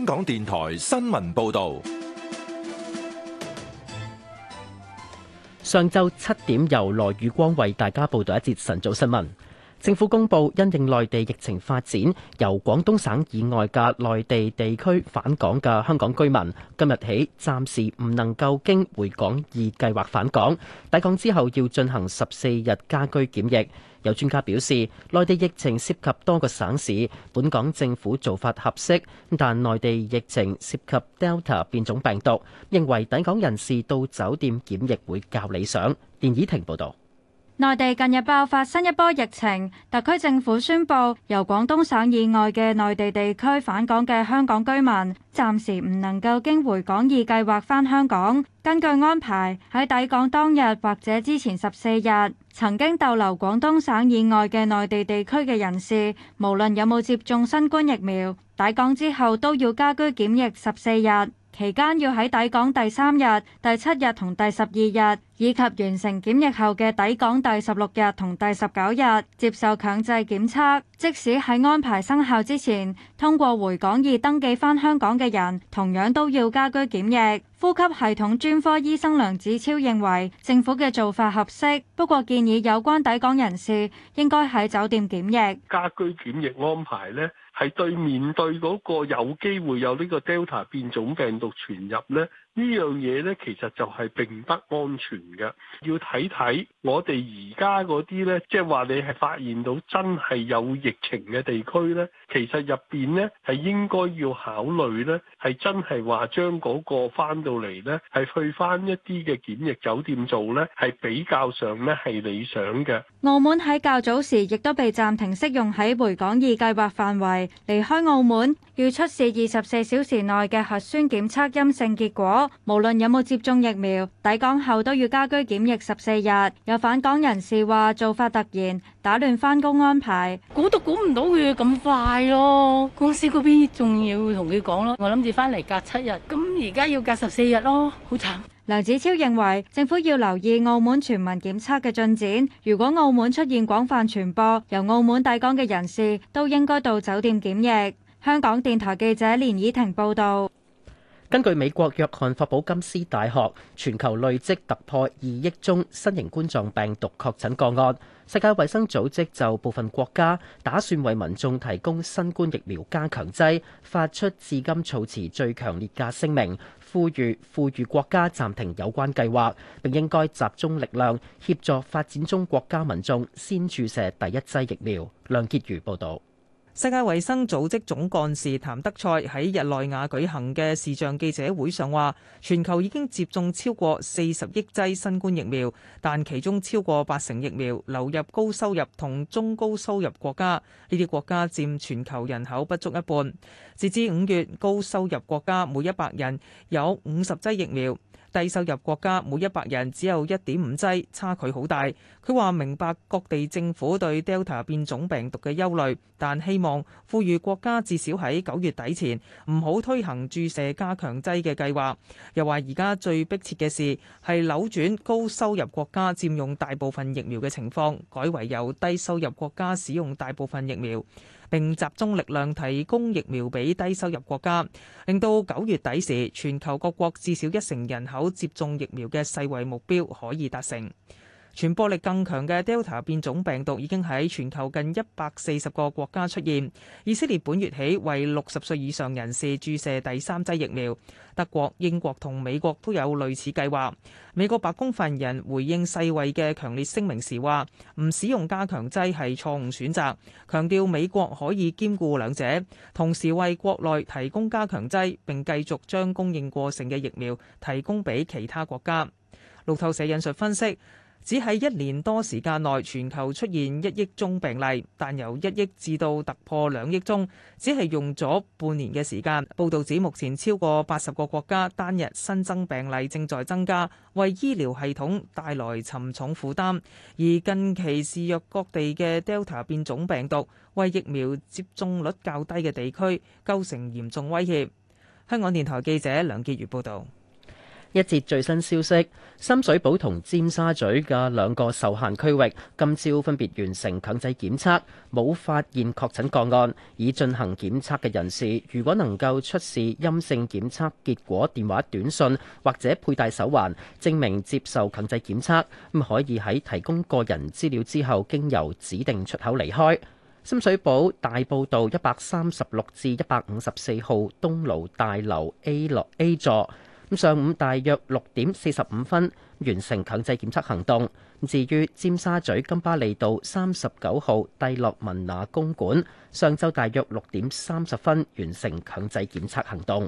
香港電台新聞報道。 上晝7點，由羅宇光為大家報道一節晨早新聞。政府公布，因應內地疫情發展，由廣東省以外嘅內地地區返港嘅香港居民，今日起暫時唔能夠經回港易計劃返港，抵港之後要進行14日家居檢疫。有專家表示，內地疫情涉及多個省市，本港政府做法合適，但內地疫情涉及 Delta 變種病毒，認為抵港人士到酒店檢疫會較理想。連倚婷報導。 內地近日爆發新一波疫情，特區政府宣布，由廣東省以外嘅內地地區返港嘅香港居民，暫時唔能夠經回港易計劃返香港。根據安排，喺抵港當日或者之前14日，曾經逗留廣東省以外嘅內地地區嘅人士，無論有冇接種新冠疫苗，抵港之後都要家居檢疫14日。期間要喺抵港第3日、第7日同第12日，以及完成檢疫後嘅抵港第16日同第19日，接受強制檢測。即使喺安排生效之前，通過回港易登記返香港嘅人，同樣都要家居檢疫。呼吸系統專科醫生梁子超認為，政府嘅做法合適，不過建議有關抵港人士應該喺酒店檢疫。 家居檢疫安排呢，係面對嗰個有機會有呢個 Delta 變種病毒傳入呢樣嘢呢，其實就係並不安全嘅。要睇睇我哋而家嗰啲呢，即係話你係發現到真係有疫情嘅地區呢，其實入邊呢係應該要考慮呢，係真係話將嗰個翻到嚟呢，係去翻一啲嘅檢疫酒店做呢，係比較上呢係理想嘅。 澳門喺較早時亦都被暫停適用喺回港易計劃範圍，離開澳門要出示24小時內嘅核酸檢測陰性結果。無論有冇接種疫苗，抵港後都要家居檢疫14日。有返港人士話做法突然，打亂返工安排， 估都估唔到佢咁快咯。公司嗰邊仲要同佢講咯，我諗住返嚟隔7日，咁而家要隔14日咯，好慘。 梁子超認為政府要留意澳門全民檢測嘅進展，如果澳門出現廣泛傳播，由澳門抵港嘅人士都應該到酒店檢疫。香港電台記者連倚婷報導。 根據美國約翰霍普金斯大學，全球累積突破2億宗新型冠狀病毒確診個案。世界衛生組織就部分國家打算為民眾提供新冠疫苗加強劑，發出至今措辭最強烈嘅聲明，呼籲國家暫停有關計劃，並應該集中力量協助發展中國家民眾先注射第一劑疫苗。梁潔如報導。 世界衛生組織總幹事譚德塞喺日內瓦舉行嘅視像記者會上話，全球已經接種超過40億劑新冠疫苗，但其中超過80%疫苗流入高收入同中高收入國家，呢啲國家佔全球人口不足一半。截至5月，高收入國家每100人有50劑疫苗，低收入國家每100人只有1.5劑，差距好大。佢話明白各地政府對 Delta 變種病毒嘅憂慮，但希望呼籲國家至少喺9月底前唔好推行注射加強劑嘅計劃。又話而家最迫切嘅事係扭轉高收入國家佔用大部分疫苗嘅情況，改為由低收入國家使用大部分疫苗，並集中力量提供疫苗俾低收入國家，令到9月底時全球各國至少1成人口接種疫苗嘅世衛目標可以達成。傳播力更強嘅 Delta 變種病毒已經喺全球近140個國家出現。以色列本月起為60歲以上人士注射第3劑疫苗，德國、英國同美國都有類似計劃。美國白宮發言人回應世衛嘅強烈聲明時話，唔使用加強劑係錯誤選擇，強調美國可以兼顧兩者，同時為國內提供加強劑，並繼續將供應過剩嘅疫苗提供俾其他國家。路透社引述分析，只喺1年多時間內，全球出現1億宗病例，但由1億至到突破2億宗，只係用咗半年嘅時間。報導指，目前超過80個國家單日新增病例正在增加，為醫療系統帶來沉重負擔。而近期肆虐各地嘅 Delta 變種病毒，為疫苗接種率較低嘅地區構成嚴重威脅。香港電台記者梁潔如報導。 一節最新消息，深水埗同尖沙咀嘅兩個受限區域今朝分別完成強制檢測，冇發現確診個案。已進行檢測嘅人士，如果能夠出示陰性檢測結果、電話短訊或者佩戴手環證明接受強制檢測，咁可以喺提供個人資料之後，經由指定出口離開。深水埗大埔道136至154號東盧大樓 A 座。上午大約6點45分完成強制檢測行動。至於尖沙咀金巴利道39號帝樂文娜公館，上晝大約6點30分完成強制檢測行動。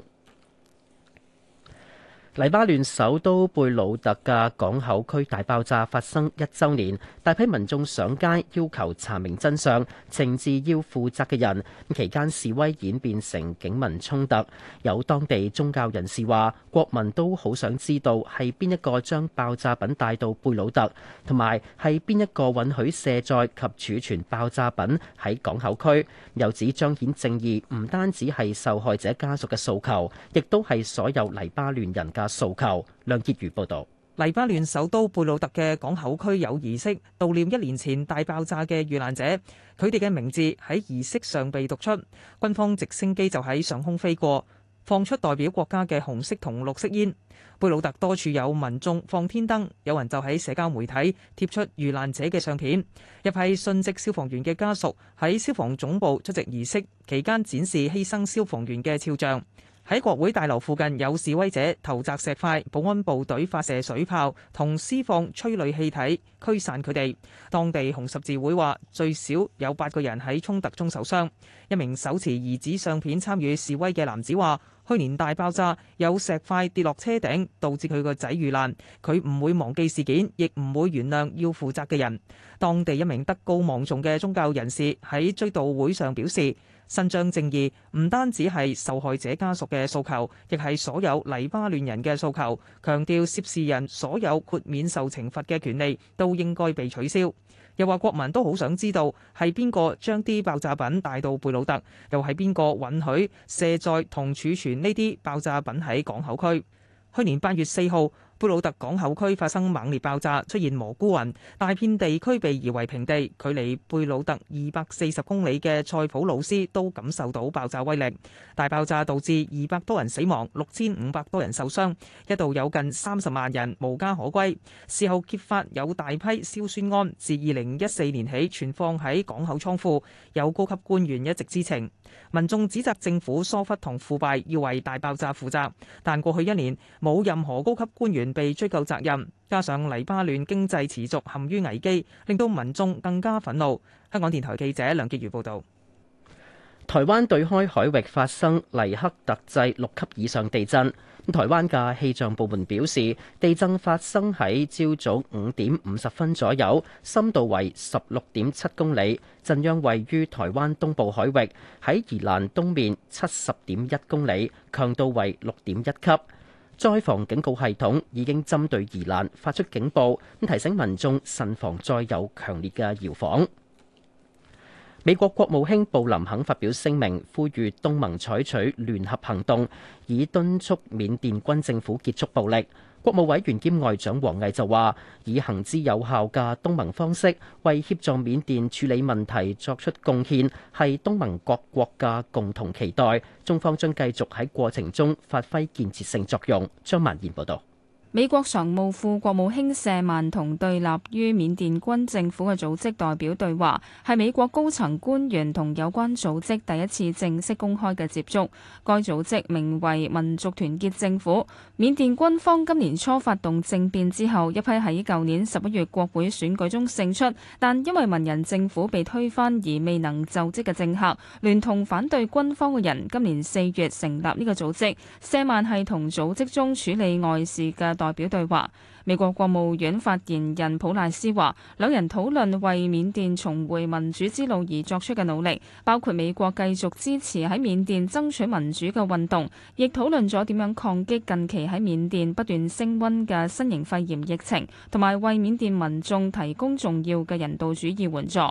黎巴嫩首都貝魯特嘅港口區大爆炸發生1週年，大批民眾上街要求查明真相，懲治要負責嘅人。期間示威演變成警民衝突，有當地宗教人士話，國民都好想知道係邊一個將爆炸品帶到貝魯特，同埋係邊一個允許卸載及儲存爆炸品喺港口區。又指彰顯正義唔單止係受害者家屬嘅訴求，亦都係所有黎巴嫩人嘅訴求。梁潔如報道。 黎巴嫩首都貝魯特嘅港口區有儀式悼念1年前大爆炸嘅遇難者，佢哋嘅名字喺儀式上被讀出。軍方直升機就喺上空飛過，放出代表國家嘅紅色同綠色煙。貝魯特多處有民眾放天燈，有人就喺社交媒體貼出遇難者嘅相片。一批殉職消防員嘅家屬喺消防總部出席儀式期間展示犧牲消防員嘅肖像。喺國會大樓附近有示威者投擲石塊，保安部隊發射水炮同施放催淚氣體驅散佢哋。當地紅十字會話最少有8個人喺衝突中受傷。一名手持兒子相片參與示威嘅男子話，去年大爆炸有石塊跌落車頂，導致佢個仔遇難。佢唔會忘記事件，亦唔會原諒要負責嘅人。當地一名德高望重嘅宗教人士喺追悼會上表示，伸張正義唔單止係受害者家屬嘅訴求，亦係所有黎巴嫩人嘅訴求，強調涉事人所有豁免受懲罰嘅權利都應該被取消。又話國民都好想知道係邊個將啲爆炸品帶到貝魯特，又係邊個允許卸載同儲存呢啲爆炸品喺港口區。去年8月4號，貝魯特港口區發生猛烈爆炸，出現蘑菇雲，大片地區被夷為平地。距離貝魯特240公里嘅塞浦路斯都感受到爆炸威力。大爆炸導致200多人死亡，6500多人受傷，一度有近30萬人無家可歸。事後揭發有大批硝酸銨自2014年起存放喺港口倉庫，有高級官員一直知情。民眾指責政府疏忽同腐敗，要為大爆炸負責，但過去1年冇任何高級官員被追究責任，加上黎巴嫩經濟持續陷於危機，令到民眾更加憤怒。香港電台記者梁潔如報導。 台灣對開海域發生黎克特制6級以上地震。台灣嘅氣象部門表示，地震發生喺朝早5點50分左右，深度為16.7公里，震央位於台灣東部海域，喺宜蘭東面70.1公里，強度為6.1級。災防警告系統已經針對宜蘭發出警報，提醒民眾慎防再有強烈嘅搖晃。美國國務卿布林肯發表聲明，呼籲東盟採取聯合行動，以敦促緬甸軍政府結束暴力。國務委員兼外長王毅就話，以行之有效嘅東盟方式，為協助緬甸處理問題作出貢獻，係東盟各國嘅共同期待。中方將繼續喺過程中發揮建設性作用。張曼燕報導。 美國常務副國務卿舍曼同對立於緬甸軍政府嘅組織代表對話，係美國高層官員同有關組織第一次正式公開嘅接觸。該組織名為民族團結政府。緬甸軍方今年初發動政變之後，一批喺舊年11月國會選舉中勝出，但因為文人政府被推翻而未能就職嘅政客，聯同反對軍方嘅人，今年4月成立呢個組織。舍曼係同組織中處理外事嘅代表對話。美國國務院發言人普賴斯話，兩人討論為緬甸重回民主之路而作出嘅努力，包括美國繼續支持喺緬甸爭取民主嘅運動，亦討論咗點樣抗擊近期喺緬甸不斷升溫嘅新型肺炎疫情，同埋為緬甸民眾提供重要嘅人道主義援助。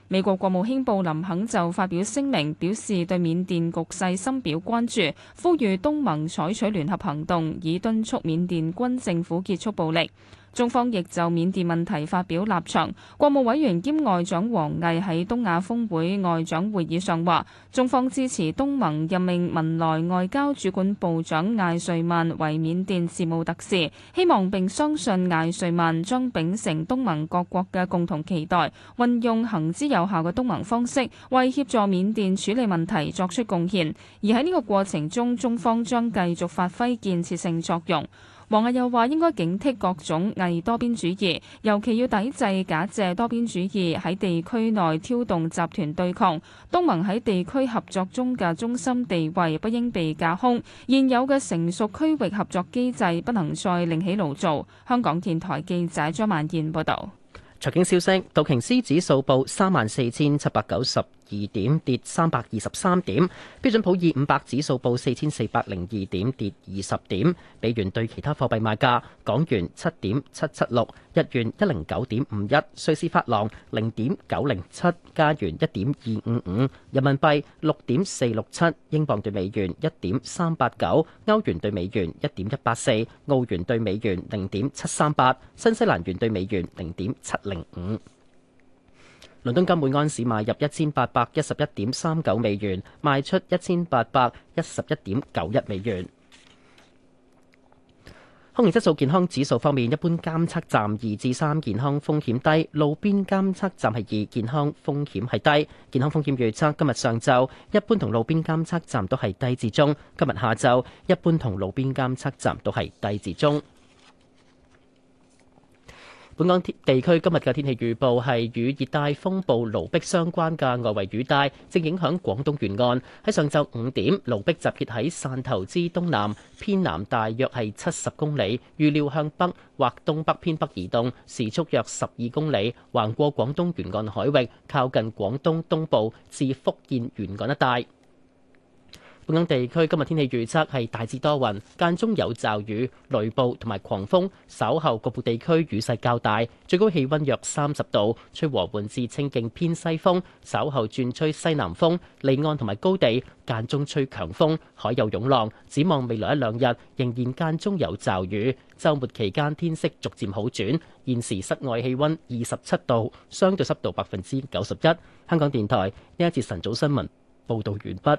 美國國務卿布林肯就發表聲明，表示對緬甸局勢深表關注，呼籲東盟採取聯合行動，以敦促緬甸軍政府結束暴力。中方亦就緬甸問題發表立場。國務委員兼外長王毅喺東亞峰會外長會議上話，中方支持東盟任命文萊外交主管部長艾瑞曼為緬甸事務特使，希望並相信艾瑞曼將秉承東盟各國嘅共同期待，運用行之有效嘅東盟方式，為協助緬甸處理問題作出貢獻。而喺呢個過程中，中方將繼續發揮建設性作用。王毅又話應該警惕各種偽多邊主義，尤其要抵制假借多邊主義喺地區內挑動集團對抗。東盟喺地區合作中嘅中心地位不應被架空，現有嘅成熟區域合作機制不能再另起爐灶。香港電台記者張曼燕報導。 財經消息，道瓊斯指數報34,792點，跌323點；標準普爾500指數報4,402點，跌20點。美元對其他貨幣賣價：港元7.776，日元109.51，瑞士法郎0.907，加元1.255，人民幣6.467，英鎊對美元1.389，歐元對美元1.184，澳元對美元0.738，新西蘭元對美元0.705。倫敦金每安士買入1811.39美元，賣出1811.91美元。空氣質素健康指數方面，一般監測站2至3，健康風險低；路邊監測站係2，健康風險係低。健康風險預測今日上晝一般同路邊監測站都係低至中，今日下晝一般同路邊監測站都係低至中。本港地區今日嘅天氣預報係與熱帶風暴盧碧相關嘅外圍雨帶正影響廣東沿岸。喺上晝5點，盧碧集結喺汕頭之東南偏南大約係70公里，預料向北或東北偏北移動，時速約12公里，橫過廣東沿岸海域，靠近廣東東部至福建沿岸一帶。本港地區今日天氣預測係大致多雲，間中有驟雨、雷暴同埋狂風，稍後局部地區雨勢較大，最高氣溫約30度，吹和緩至清勁偏西風，稍後轉吹西南風，離岸同埋高地間中吹強風，海有湧浪。展望未來一兩日仍然間中有驟雨，週末期間天色逐漸好轉。現時室外氣溫27度，相對濕度91%。香港電台呢一節晨早新聞報導完畢。